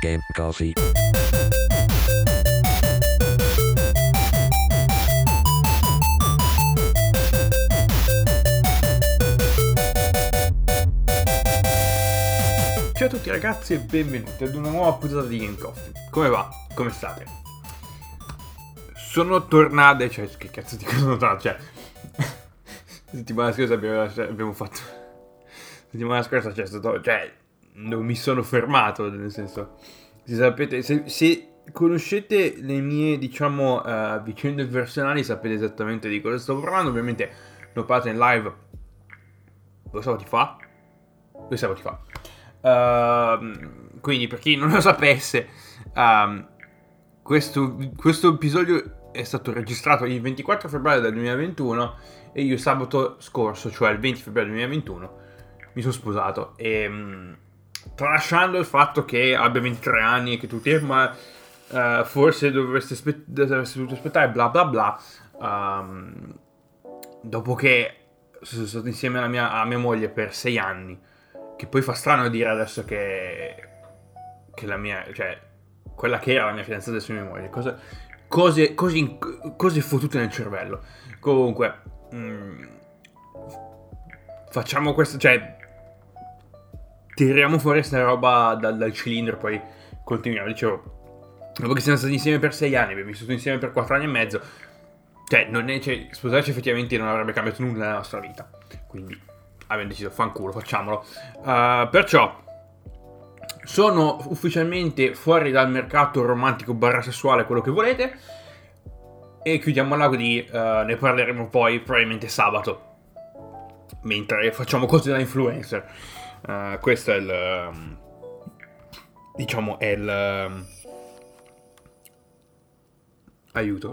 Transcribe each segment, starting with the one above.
Game Coffee. Ciao a tutti ragazzi e benvenuti ad una nuova puntata di Game Coffee. Come va? Come state? Sono tornato, cioè che cazzo di cosa sono tornato? Cioè settimana scorsa abbiamo fatto settimana scorsa c'è stato, cioè non mi sono fermato, nel senso, se sapete, se conoscete le mie, diciamo, vicende personali, sapete esattamente di cosa sto parlando. Ovviamente l'ho parlato in live due sabati fa. Quindi per chi non lo sapesse, questo episodio è stato registrato il 24 febbraio del 2021 e io sabato scorso, cioè il 20 febbraio 2021, mi sono sposato. E tralasciando il fatto che abbia 23 anni e che tutti ma forse dovreste dovuto aspettare bla bla bla, dopo che sono stato insieme a mia moglie per 6 anni, che poi fa strano dire adesso che la mia, cioè quella che era la mia fidanzata adesso è mia moglie, cose fottute nel cervello. Comunque facciamo questo, cioè tiriamo fuori questa roba dal cilindro e poi continuiamo. Dicevo, dopo che siamo stati insieme per 6 anni, abbiamo vissuto insieme per 4 anni e mezzo, cioè sposarci effettivamente non avrebbe cambiato nulla nella nostra vita, quindi abbiamo deciso, fanculo, facciamolo. Perciò sono ufficialmente fuori dal mercato romantico / sessuale, quello che volete, e chiudiamo là, quindi ne parleremo poi probabilmente sabato, mentre facciamo cose da influencer. Questo è il, diciamo, è il aiuto.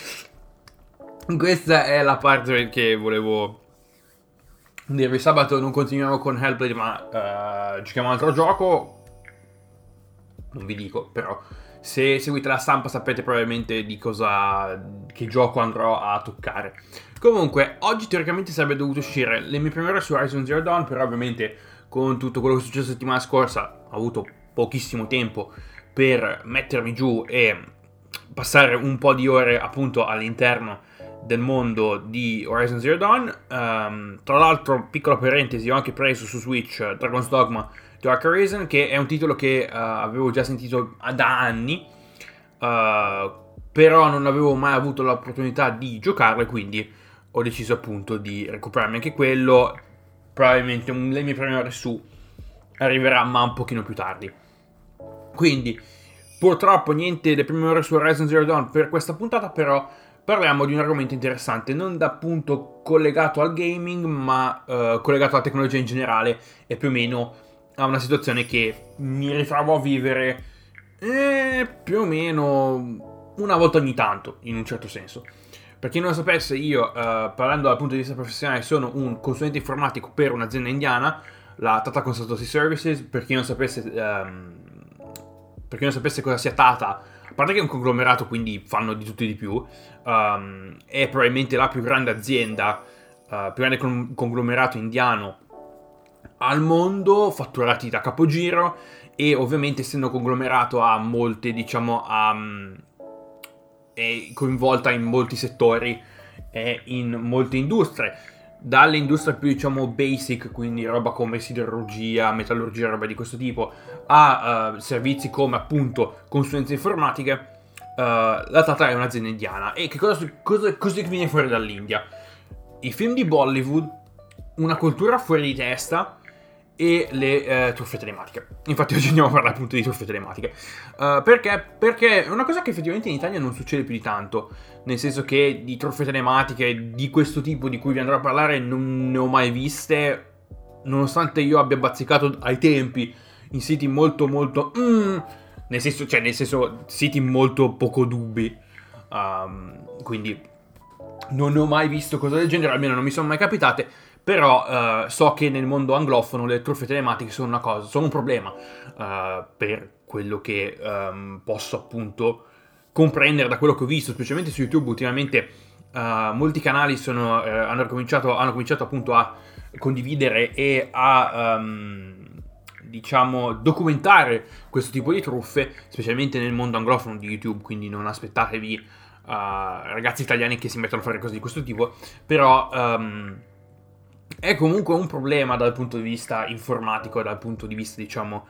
Questa è la parte che volevo dirvi. Sabato non continuiamo con Hellblade, ma giochiamo un altro gioco. Non vi dico, però se seguite la stampa sapete probabilmente che gioco andrò a toccare. Comunque, oggi teoricamente sarebbe dovuto uscire le mie prime ore su Horizon Zero Dawn, però ovviamente con tutto quello che è successo la settimana scorsa ho avuto pochissimo tempo per mettermi giù e passare un po' di ore appunto all'interno del mondo di Horizon Zero Dawn. Tra l'altro, piccola parentesi, ho anche preso su Switch Dragon's Dogma Dark Arisen, che è un titolo che avevo già sentito da anni, però non avevo mai avuto l'opportunità di giocarlo, e quindi ho deciso appunto di recuperarmi anche quello. Probabilmente le mie prime ore su arriverà, ma un pochino più tardi. Quindi purtroppo niente le prime ore su Horizon Zero Dawn per questa puntata, però parliamo di un argomento interessante, non da appunto collegato al gaming, ma collegato alla tecnologia in generale, e più o meno a una situazione che mi ritrovo a vivere più o meno una volta ogni tanto, in un certo senso. Per chi non lo sapesse, io parlando dal punto di vista professionale sono un consulente informatico per un'azienda indiana, la Tata Consultancy Services. Per chi non sapesse cosa sia Tata, a parte che è un conglomerato, quindi fanno di tutto e di più, è probabilmente la più grande azienda, più grande conglomerato indiano al mondo, fatturati da capogiro, e ovviamente essendo conglomerato ha molte, diciamo, è coinvolta in molti settori e in molte industrie, dalle industrie più, diciamo, basic, quindi roba come siderurgia, metallurgia, roba di questo tipo, a servizi come appunto consulenze informatiche. La Tata è un'azienda indiana. E che cosa viene fuori dall'India? I film di Bollywood, una cultura fuori di testa e le truffe telematiche. Infatti oggi andiamo a parlare appunto di truffe telematiche. Perché è una cosa che effettivamente in Italia non succede più di tanto, nel senso che di truffe telematiche di questo tipo di cui vi andrò a parlare non ne ho mai viste, nonostante io abbia bazzicato ai tempi in siti molto molto nel senso siti molto poco dubbi, quindi non ho mai visto cose del genere, almeno non mi sono mai capitate. Però so che nel mondo anglofono le truffe telematiche sono un problema, per quello che posso appunto comprendere da quello che ho visto, specialmente su YouTube ultimamente. Molti canali hanno cominciato appunto a condividere e a diciamo, documentare questo tipo di truffe, specialmente nel mondo anglofono di YouTube, quindi non aspettatevi ragazzi italiani che si mettono a fare cose di questo tipo, però è comunque un problema dal punto di vista informatico, dal punto di vista, diciamo,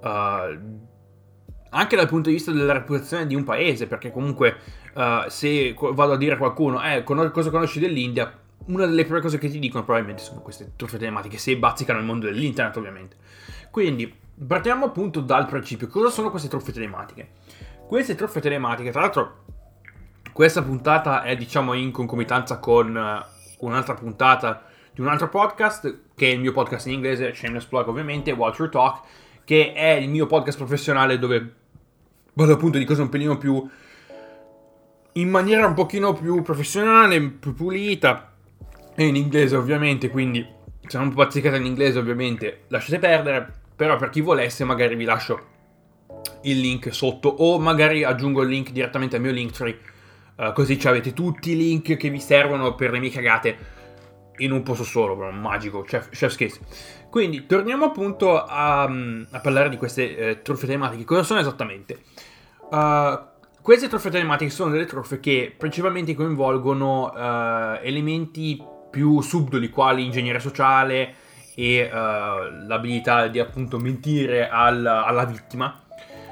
anche dal punto di vista della reputazione di un paese, perché comunque se vado a dire a qualcuno cosa conosci dell'India, una delle prime cose che ti dicono probabilmente sono queste truffe telematiche, se bazzicano il mondo dell'internet ovviamente. Quindi partiamo appunto dal principio. Cosa sono queste truffe telematiche? Queste truffe telematiche, tra l'altro questa puntata è, diciamo, in concomitanza con un'altra puntata di un altro podcast, che è il mio podcast in inglese, Shameless Plug ovviamente, Watch Your Talk, che è il mio podcast professionale dove vado appunto di cose un pelino più, in maniera un pochino più professionale, più pulita, e in inglese ovviamente, quindi se non bazzicate in inglese ovviamente lasciate perdere, però per chi volesse magari vi lascio il link sotto, o magari aggiungo il link direttamente al mio Linktree, così avete tutti i link che vi servono per le mie cagate in un posto solo, però magico, chef's kiss. Quindi torniamo appunto a parlare di queste truffe telematiche. Cosa sono esattamente? Queste truffe telematiche sono delle truffe che principalmente coinvolgono elementi più subdoli, quali ingegneria sociale e l'abilità di appunto mentire alla vittima,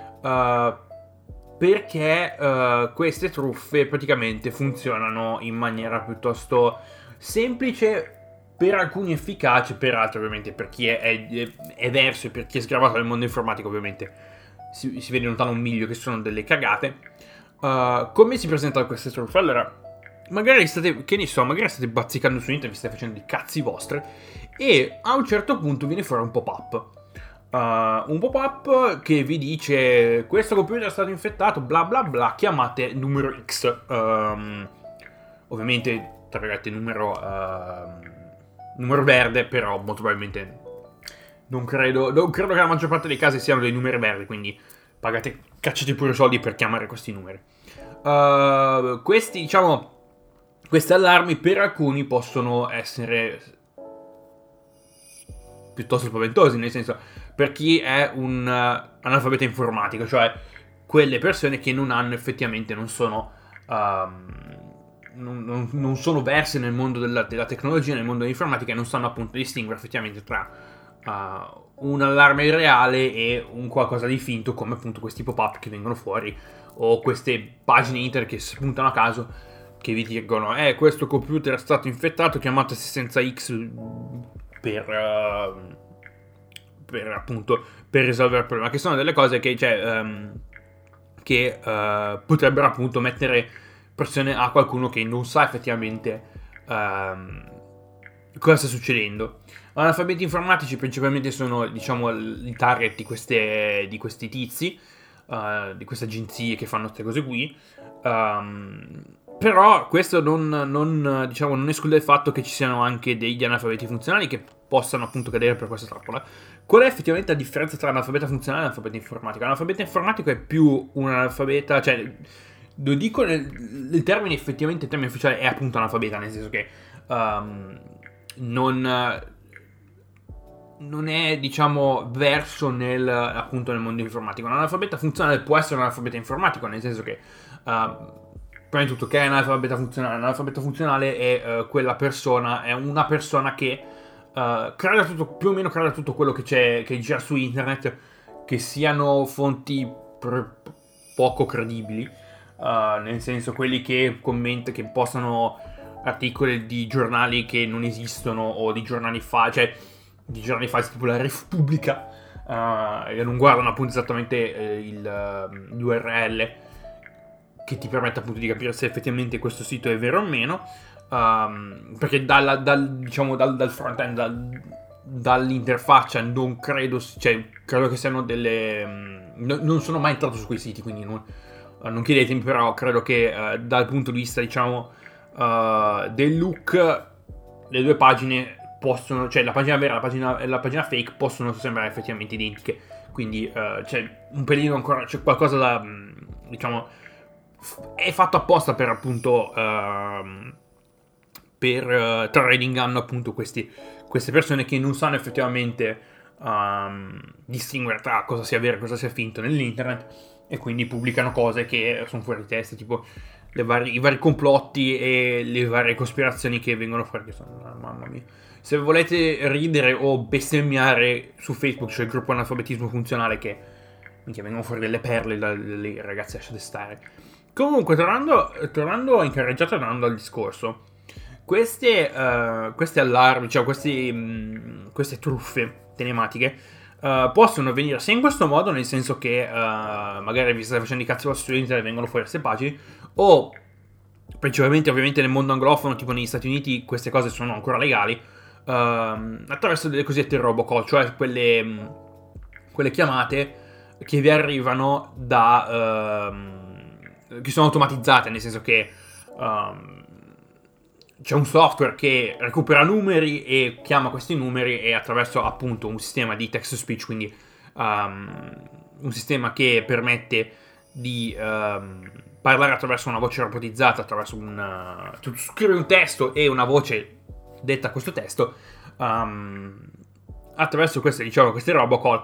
perché queste truffe praticamente funzionano in maniera piuttosto semplice, per alcuni efficace, per altri ovviamente, per chi è verso e per chi è sgravato nel mondo informatico ovviamente si vede lontano un miglio che sono delle cagate. Come si presentano queste truffe? Allora, magari state bazzicando su internet, vi state facendo i cazzi vostri e a un certo punto viene fuori un pop-up. Un pop-up che vi dice: questo computer è stato infettato, bla bla bla, chiamate numero X. Ovviamente tra virgolette numero verde, però molto probabilmente non credo che la maggior parte dei casi siano dei numeri verdi, quindi cacciate pure soldi per chiamare questi numeri. Questi allarmi per alcuni possono essere piuttosto spaventosi, nel senso, per chi è un analfabeta informatico, cioè quelle persone che non hanno effettivamente, non sono verse nel mondo della tecnologia, nel mondo dell'informatica, e non sanno appunto distinguere effettivamente tra un allarme reale e un qualcosa di finto, come appunto questi pop-up che vengono fuori, o queste pagine internet che spuntano a caso, che vi dicono: questo computer è stato infettato, chiamate assistenza X per risolvere il problema, che sono delle cose che potrebbero appunto mettere pressione a qualcuno che non sa effettivamente cosa sta succedendo. Analfabeti informatici principalmente sono, diciamo, i target di questi tizi, di queste agenzie che fanno queste cose qui. Però questo non esclude il fatto che ci siano anche degli analfabeti funzionali che possano appunto cadere per questa trappola. Qual è effettivamente la differenza tra analfabeta funzionale e analfabeta informatico? L'analfabeta informatico è più un analfabeta, cioè lo dico il termine, effettivamente il termine ufficiale è appunto analfabeta, nel senso che non è, diciamo, verso appunto nel mondo informatico. Un analfabeta funzionale può essere un analfabeta informatico, nel senso che prima di tutto, che è un analfabeta funzionale? Un analfabeta funzionale è quella persona, è una persona che creda tutto, più o meno creda tutto quello che gira su internet, che siano fonti poco credibili, nel senso quelli che commentano, che postano articoli di giornali che non esistono, o di giornali falsi tipo la Repubblica, e non guardano appunto esattamente l'URL che ti permette appunto di capire se effettivamente questo sito è vero o meno, perché dal front-end, dall'interfaccia non credo, credo che siano non sono mai entrato su quei siti, quindi non chiedetemi, però credo che dal punto di vista, diciamo, del look, le due pagine possono, cioè la pagina vera e la pagina fake possono sembrare effettivamente identiche, quindi c'è un pelino ancora, c'è qualcosa da, diciamo, è fatto apposta per appunto trarre in inganno appunto queste persone che non sanno effettivamente distinguere tra cosa sia vero e cosa sia finto nell'internet, e quindi pubblicano cose che sono fuori di testa, tipo i vari complotti e le varie cospirazioni che vengono fuori, che sono, mamma mia. Se volete ridere o bestemmiare, su Facebook c'è il gruppo analfabetismo funzionale che vengono fuori delle perle dalle ragazze, lasciate stare. Comunque, tornando in carreggiata, tornando al discorso, queste allarmi, cioè queste truffe telematiche possono avvenire sia in questo modo, nel senso che magari vi state facendo i cazzi vostri su internet e vengono fuori queste pagine, o principalmente ovviamente nel mondo anglofono, tipo negli Stati Uniti, queste cose sono ancora legali, attraverso delle cosiddette robocall, cioè quelle chiamate che vi arrivano che sono automatizzate, nel senso che c'è un software che recupera numeri e chiama questi numeri, e attraverso appunto un sistema di text to speech, quindi un sistema che permette di parlare attraverso una voce robotizzata, attraverso tu scrivi un testo e una voce detta questo testo, attraverso queste robocall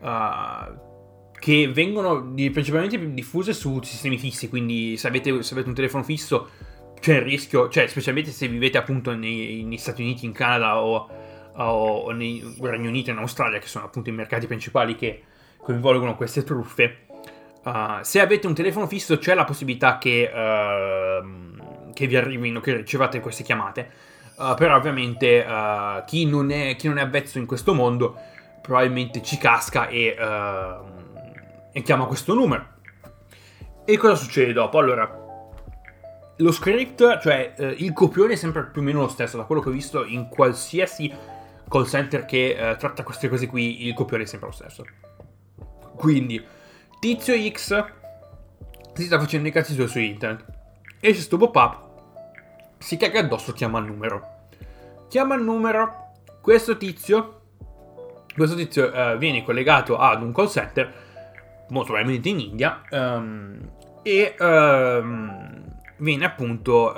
che vengono principalmente diffuse su sistemi fissi. Quindi se avete un telefono fisso c'è il rischio, cioè specialmente se vivete appunto negli Stati Uniti, in Canada o nei Regno Unito e in Australia, che sono appunto i mercati principali che coinvolgono queste truffe. Se avete un telefono fisso c'è la possibilità che vi arrivino, che ricevate queste chiamate, però ovviamente chi non è avvezzo in questo mondo probabilmente ci casca e chiama questo numero. E cosa succede dopo? Allora, lo script, cioè il copione è sempre più o meno lo stesso. Da quello che ho visto in qualsiasi call center che tratta queste cose qui, il copione è sempre lo stesso. Quindi Tizio X si sta facendo i cazzi su internet, esce sto pop-up, si caga addosso, chiama il numero. Questo tizio viene collegato ad un call center, molto probabilmente in India, e viene appunto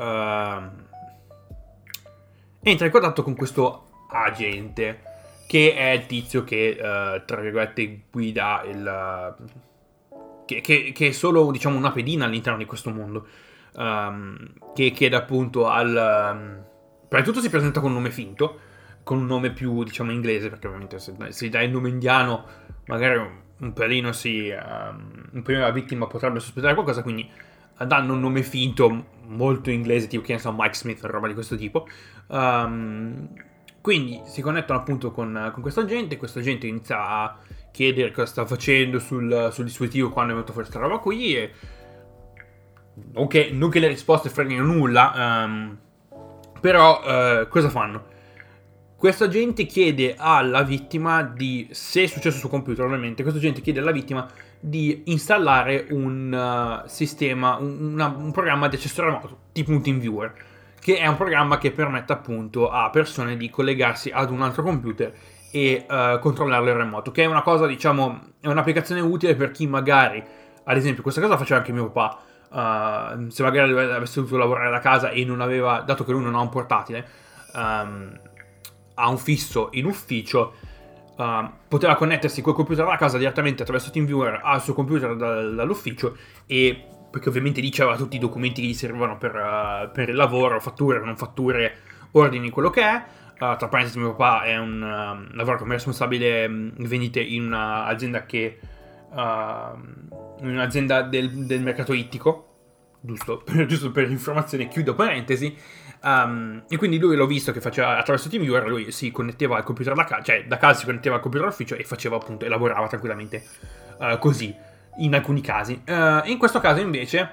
entra in contatto con questo agente, che è il tizio che tra virgolette guida che è solo, diciamo, una pedina all'interno di questo mondo, che chiede appunto prima di tutto si presenta con un nome finto, con un nome più, diciamo, inglese, perché ovviamente se dai il nome indiano magari un pelino la vittima potrebbe sospettare qualcosa, quindi danno un nome finto molto inglese, tipo, che ne so, Mike Smith o roba di questo tipo. Quindi si connettano appunto con questo agente inizia a chiedere cosa sta facendo sul dispositivo quando è venuto fuori questa roba qui, e non che le risposte freghino nulla, però cosa fanno? Questo agente chiede alla vittima se è successo sul computer, ovviamente, questo agente chiede alla vittima di installare un sistema, un programma di accesso remoto, tipo un TeamViewer, che è un programma che permette appunto a persone di collegarsi ad un altro computer e controllarlo in remoto, che è una cosa, diciamo, è un'applicazione utile per chi magari, ad esempio, questa cosa faceva anche mio papà, se magari avesse dovuto lavorare da casa e non aveva, dato che lui non ha un portatile, ha un fisso in ufficio, poteva connettersi col computer da casa direttamente attraverso TeamViewer al suo computer dall'ufficio, e perché ovviamente lì c'aveva tutti i documenti che gli servivano per il lavoro, fatture, non fatture, ordini, quello che è. Tra parentesi, mio papà è lavora come responsabile vendite in un'azienda del mercato ittico, giusto per informazione, chiudo parentesi. E quindi lui, l'ho visto che faceva attraverso TeamViewer, lui si connetteva al computer da casa, cioè da casa si connetteva al computer dell'ufficio e faceva appunto, e lavorava tranquillamente così, in alcuni casi. In questo caso invece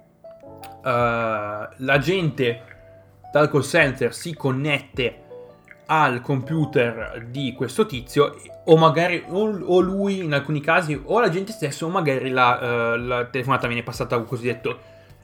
l'agente dal call center si connette al computer di questo tizio, o magari o lui in alcuni casi, o l'agente stesso, o magari la telefonata viene passata a un cosiddetto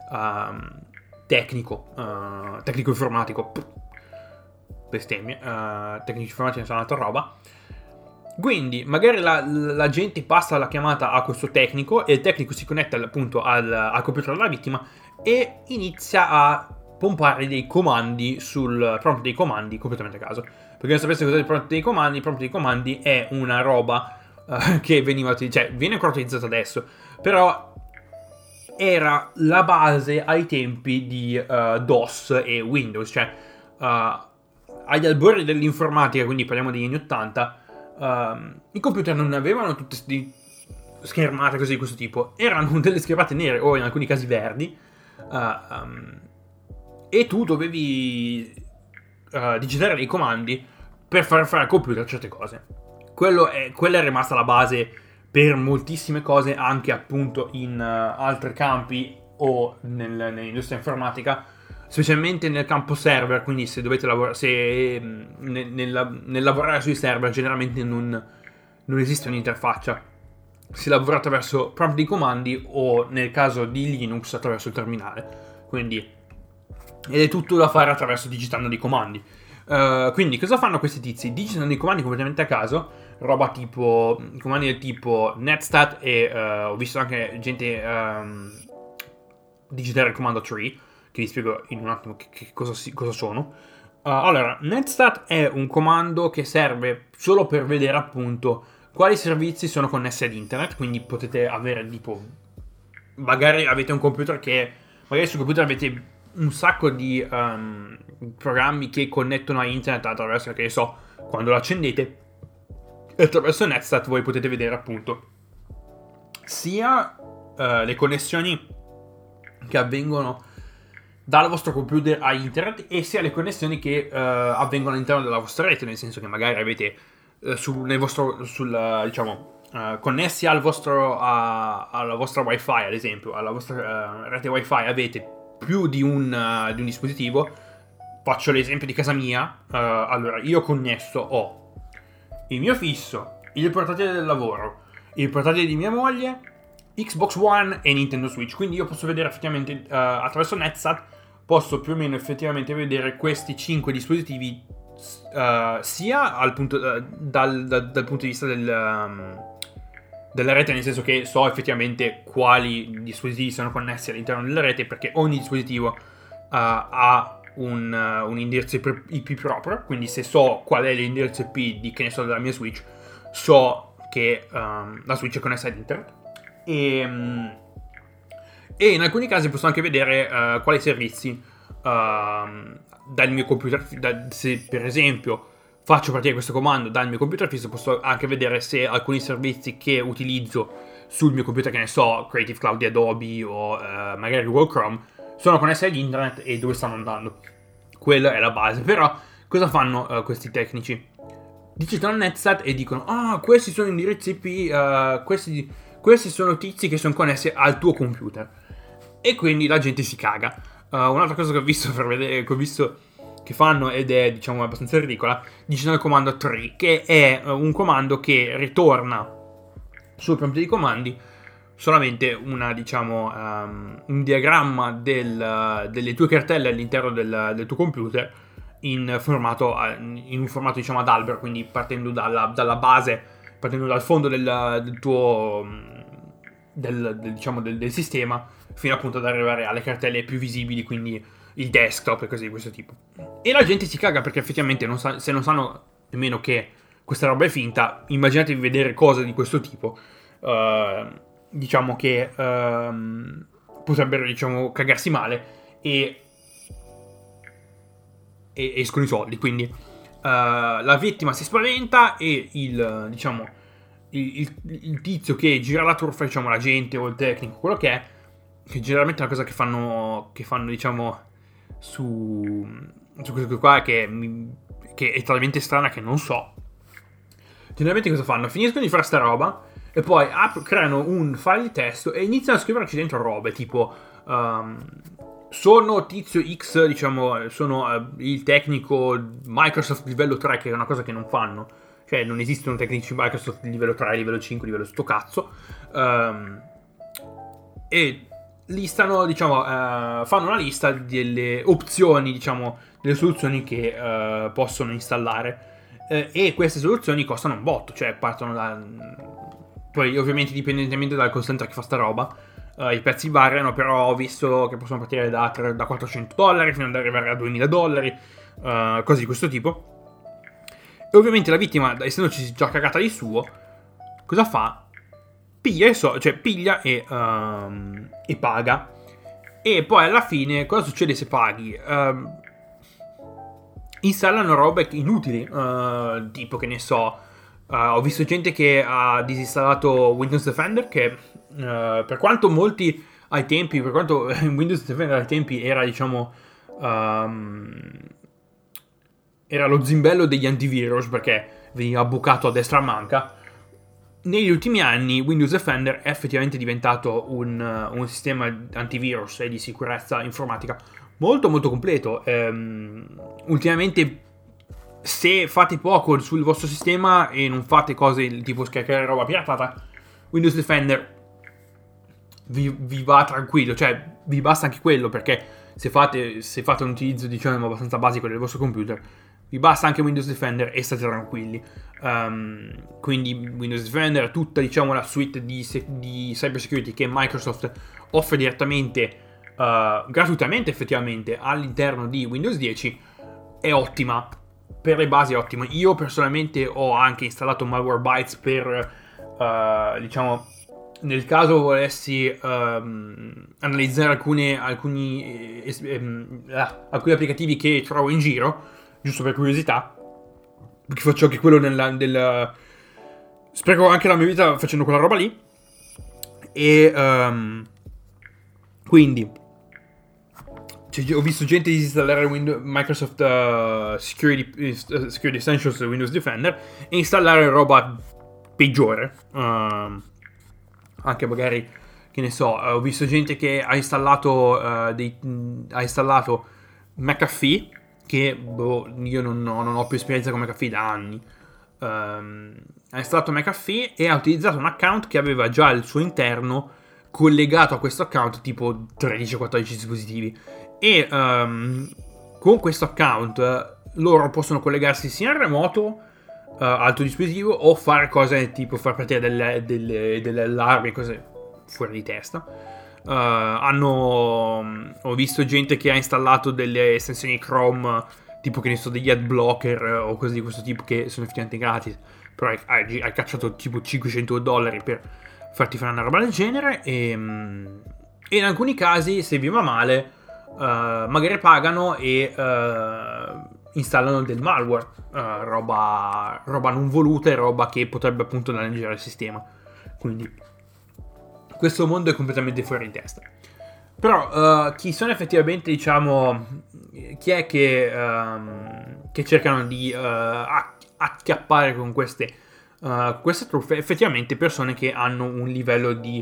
tecnico informatico, bestemmie, tecnico informatico è un'altra roba. Quindi magari l'agente passa la chiamata a questo tecnico, e il tecnico si connette appunto al computer della vittima e inizia a pompare dei comandi sul prompt dei comandi completamente a caso. Per chi non sapesse cos'è il prompt dei comandi è una roba che viene ancora utilizzata adesso, però era la base ai tempi di DOS e Windows, cioè agli albori dell'informatica, quindi parliamo degli anni 80, i computer non avevano tutte schermate così di questo tipo, erano delle schermate nere o in alcuni casi verdi, e tu dovevi digitare dei comandi per far fare al computer certe cose. Quella è rimasta la base per moltissime cose, anche appunto in altri campi o nell'industria informatica, specialmente nel campo server. Quindi se dovete lavorare, nel lavorare sui server generalmente non esiste un'interfaccia, si lavora attraverso prompt di comandi o nel caso di Linux attraverso il terminale, ed è tutto da fare attraverso digitando dei comandi. Quindi cosa fanno questi tizi? Digitano dei comandi completamente a caso, roba tipo comandi del tipo netstat, e ho visto anche gente digitare il comando tree, che vi spiego in un attimo che cosa sono. Allora, netstat è un comando che serve solo per vedere appunto quali servizi sono connessi ad internet. Quindi potete avere tipo, magari avete un computer magari sul computer avete un sacco di programmi che connettono a internet attraverso, che ne so, quando lo accendete, e attraverso netstat voi potete vedere appunto sia le connessioni che avvengono dal vostro computer a internet, e sia le connessioni che avvengono all'interno della vostra rete, nel senso che magari avete connessi alla vostra wifi, ad esempio, alla vostra rete wifi avete più di un dispositivo. Faccio l'esempio di casa mia. Allora, io connesso ho il mio fisso, il portatile del lavoro, il portatile di mia moglie, Xbox One e Nintendo Switch. Quindi io posso vedere effettivamente attraverso netstat, posso più o meno effettivamente vedere questi 5 dispositivi, sia dal punto di vista della rete, nel senso che so effettivamente quali dispositivi sono connessi all'interno della rete, perché ogni dispositivo ha un indirizzo IP proprio. Quindi se so qual è l'indirizzo IP che ne so della mia Switch, so che la Switch è connessa ad internet, e in alcuni casi posso anche vedere quali servizi dal mio computer. Se per esempio faccio partire questo comando dal mio computer fisso, posso anche vedere se alcuni servizi che utilizzo sul mio computer, che ne so, Creative Cloud di Adobe o magari Google Chrome, sono connessi ad internet e dove stanno andando. Quella è la base. Però cosa fanno questi tecnici? Digitano netstat e dicono: questi sono indirizzi IP, questi sono tizi che sono connessi al tuo computer. E quindi la gente si caga. Un'altra cosa che ho visto che fanno, ed è diciamo abbastanza ridicola, digitano il comando tree, che è un comando che ritorna sul prompt dei comandi solamente un diagramma delle tue cartelle all'interno del tuo computer in un formato diciamo ad albero, quindi partendo dalla base, partendo dal fondo del tuo del sistema, fino appunto ad arrivare alle cartelle più visibili, quindi il desktop e cose di questo tipo. E la gente si caga perché effettivamente se non sanno nemmeno che questa roba è finta, immaginatevi vedere cose di questo tipo. Diciamo che potrebbero cagarsi male e escono i soldi. Quindi la vittima si spaventa e il tizio che gira la truffa, l'agente o il tecnico, quello che è, che generalmente è una cosa che fanno su questo qua, che è talmente strana che non so. Generalmente cosa fanno? Finiscono di fare sta roba e poi creano un file di testo e iniziano a scriverci dentro robe tipo sono tizio X, sono il tecnico Microsoft livello 3, che è una cosa che non fanno. Cioè non esistono tecnici Microsoft livello 3, livello 5, livello sto cazzo. E listano, fanno una lista delle opzioni, delle soluzioni che possono installare. E queste soluzioni costano un botto, cioè partono poi ovviamente dipendentemente dal call center che fa sta roba, I prezzi variano, però ho visto che possono partire da $400 fino ad arrivare a $2000, cose di questo tipo. E ovviamente la vittima, essendoci già cagata di suo, cosa fa? Piglia e paga. E poi alla fine cosa succede se paghi? Installano robe inutili, tipo, che ne so, ho visto gente che ha disinstallato Windows Defender, che per quanto molti ai tempi, per quanto Windows Defender ai tempi era, diciamo, era lo zimbello degli antivirus, perché veniva bucato a destra a manca. Negli ultimi anni Windows Defender è effettivamente diventato un sistema antivirus e di sicurezza informatica molto molto completo. Ultimamente, se fate poco sul vostro sistema e non fate cose tipo scaricare roba piratata, Windows Defender vi va tranquillo, cioè vi basta anche quello, perché se fate un utilizzo, diciamo, abbastanza basico del vostro computer, vi basta anche Windows Defender e state tranquilli. Quindi Windows Defender, tutta, diciamo, la suite di cyber security che Microsoft offre direttamente, gratuitamente effettivamente, all'interno di Windows 10, è ottima. Per le basi è ottima. Io personalmente ho anche installato Malwarebytes per, diciamo, nel caso volessi analizzare alcuni applicativi che trovo in giro, giusto per curiosità, perché faccio anche quello spreco anche la mia vita facendo quella roba lì. E quindi ho visto gente disinstallare Microsoft Security Essentials Windows Defender e installare roba peggiore, anche magari, che ne so, ho visto gente che ha installato McAfee, che io non ho più esperienza con McAfee da anni. Ha installato McAfee e ha utilizzato un account che aveva già al suo interno collegato a questo account tipo 13-14 dispositivi, e con questo account loro possono collegarsi sia in remoto al tuo dispositivo, o fare cose tipo far partire delle allarmi, cose fuori di testa. Ho visto gente che ha installato delle estensioni Chrome, tipo, che ne so, degli ad blocker o cose di questo tipo, che sono effettivamente gratis, però hai cacciato tipo $500 per farti fare una roba del genere. E in alcuni casi, se vi va male, magari pagano e installano del malware, roba non voluta e roba che potrebbe appunto danneggiare il sistema. Quindi questo mondo è completamente fuori di testa. Però chi sono effettivamente, diciamo, chi è che cercano di acchiappare con queste truffe? Effettivamente persone che hanno un livello di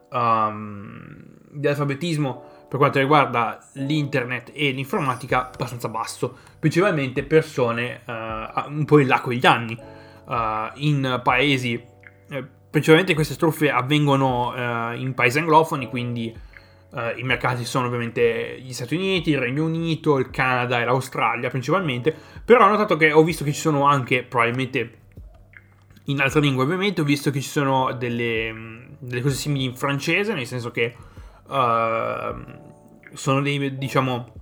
alfabetismo per quanto riguarda l'internet e l'informatica abbastanza basso, principalmente persone un po' in là con gli anni, in paesi, principalmente queste truffe avvengono in paesi anglofoni, quindi i mercati sono ovviamente gli Stati Uniti, il Regno Unito, il Canada e l'Australia principalmente. Però ho notato che ho visto che ci sono anche, probabilmente in altre lingue ovviamente, ho visto che ci sono delle cose simili in francese, nel senso che sono dei, diciamo,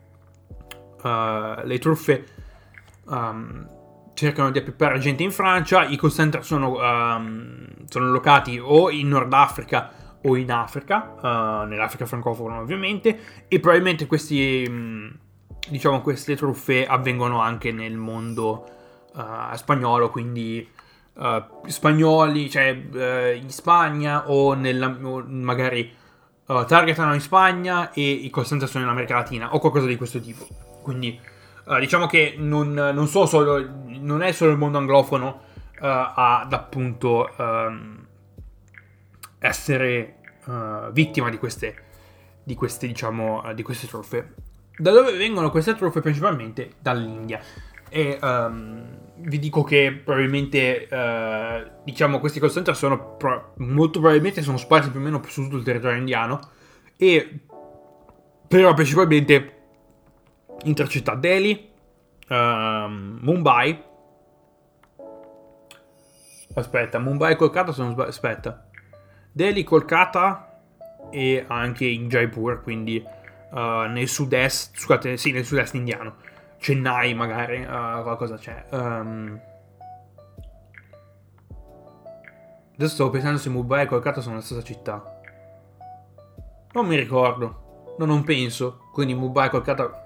le truffe cercano di appippare gente in Francia. I call center sono locati o in Nord Africa o in Africa, nell'Africa francofona ovviamente, e probabilmente queste truffe avvengono anche nel mondo spagnolo, quindi spagnoli, cioè in Spagna, o magari targetano in Spagna e i call center sono in America Latina o qualcosa di questo tipo. Quindi diciamo che non è solo il mondo anglofono ad appunto essere vittima di queste truffe. Da dove vengono queste truffe? Principalmente dall'India. E vi dico che probabilmente diciamo questi call center sono molto probabilmente sono sparsi più o meno su tutto il territorio indiano, e però principalmente in tre città: Delhi, Mumbai, Delhi, Kolkata e anche in Jaipur, quindi nel sud-est, scusate, sì, nel sud-est indiano. Chennai magari, qualcosa c'è. Adesso stavo pensando se Mumbai e Kolkata sono la stessa città. Non mi ricordo. No, non penso. Quindi Mumbai e Kolkata...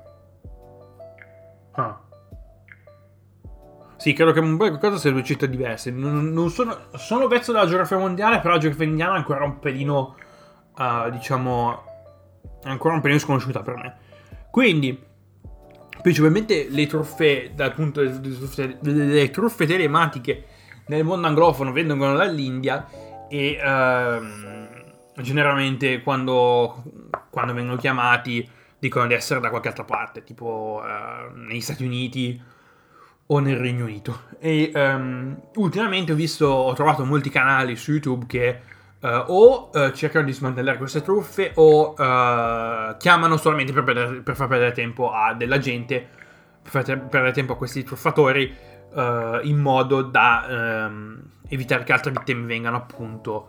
Sì, credo che Mumbai e Kolkata siano due città diverse. Non sono pezzo della geografia mondiale, però la geografia indiana è ancora un pelino... diciamo... è ancora un pelino sconosciuta per me. Quindi... principalmente le truffe dal punto delle truffe telematiche nel mondo anglofono vengono dall'India e generalmente quando vengono chiamati dicono di essere da qualche altra parte, tipo negli Stati Uniti o nel Regno Unito. E ultimamente ho trovato molti canali su YouTube che o cercano di smantellare queste truffe o chiamano solamente per far perdere tempo a della gente, per far perdere tempo a questi truffatori, in modo da evitare che altre vittime vengano appunto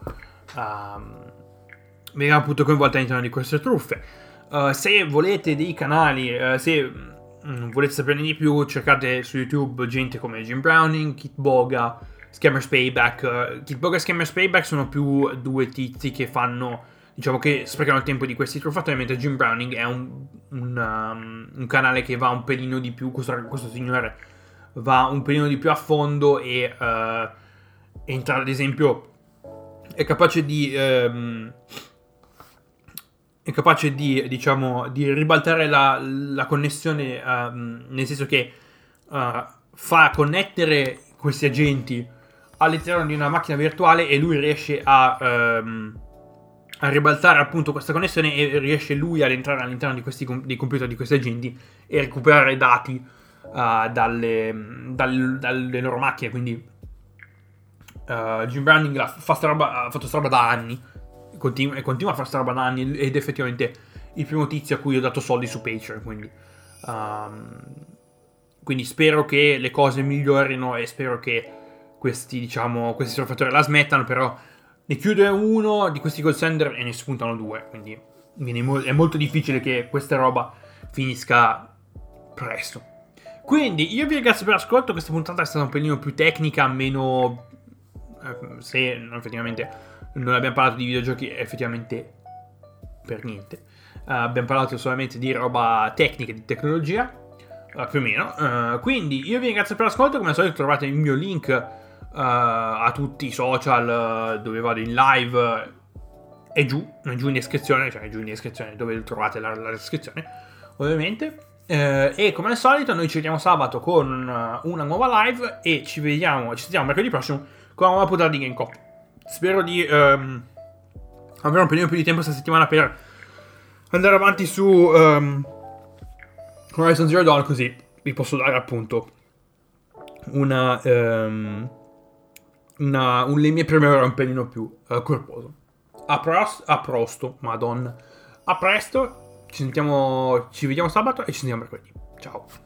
coinvolte all'interno di queste truffe. Se volete dei canali, se volete saperne di più, cercate su YouTube gente come Jim Browning, Kitboga, Scammers Payback. Kitboga e Scammers Payback sono più due tizi che fanno, diciamo, che sprecano il tempo di questi truffatori, mentre Jim Browning è un canale che va un pelino di più, questo signore va un pelino di più a fondo e entra, ad esempio, è capace di diciamo, di ribaltare la connessione, nel senso che fa connettere questi agenti all'interno di una macchina virtuale e lui riesce a ribaltare appunto questa connessione e riesce lui ad entrare all'interno dei computer di questi agenti e recuperare dati dalle loro macchine. Quindi Jim Browning ha fatto sta roba da anni e continua a fare sta roba da anni, ed è effettivamente il primo tizio a cui ho dato soldi su Patreon, quindi spero che le cose migliorino e spero che questi truffatori la smettano. Però ne chiude uno di questi call center e ne spuntano due, quindi è molto difficile che questa roba finisca presto. Quindi io vi ringrazio per l'ascolto. Questa puntata è stata un pelino più tecnica, meno se effettivamente non abbiamo parlato di videogiochi, effettivamente per niente. Abbiamo parlato solamente di roba tecnica, di tecnologia, più o meno. Quindi io vi ringrazio per l'ascolto. Come al solito trovate il mio link a tutti i social dove vado in live, è giù in descrizione, dove trovate la descrizione, ovviamente. E come al solito noi ci vediamo sabato con una nuova live e ci sentiamo mercoledì prossimo con una nuova puntata di GameCop. Spero di avere un pelino più di tempo questa settimana per andare avanti su Horizon Zero Dawn, così vi posso dare appunto le mie prime ore un pelino più corposo. A presto, madonna. A presto. Ci vediamo sabato e ci sentiamo mercoledì. Ciao.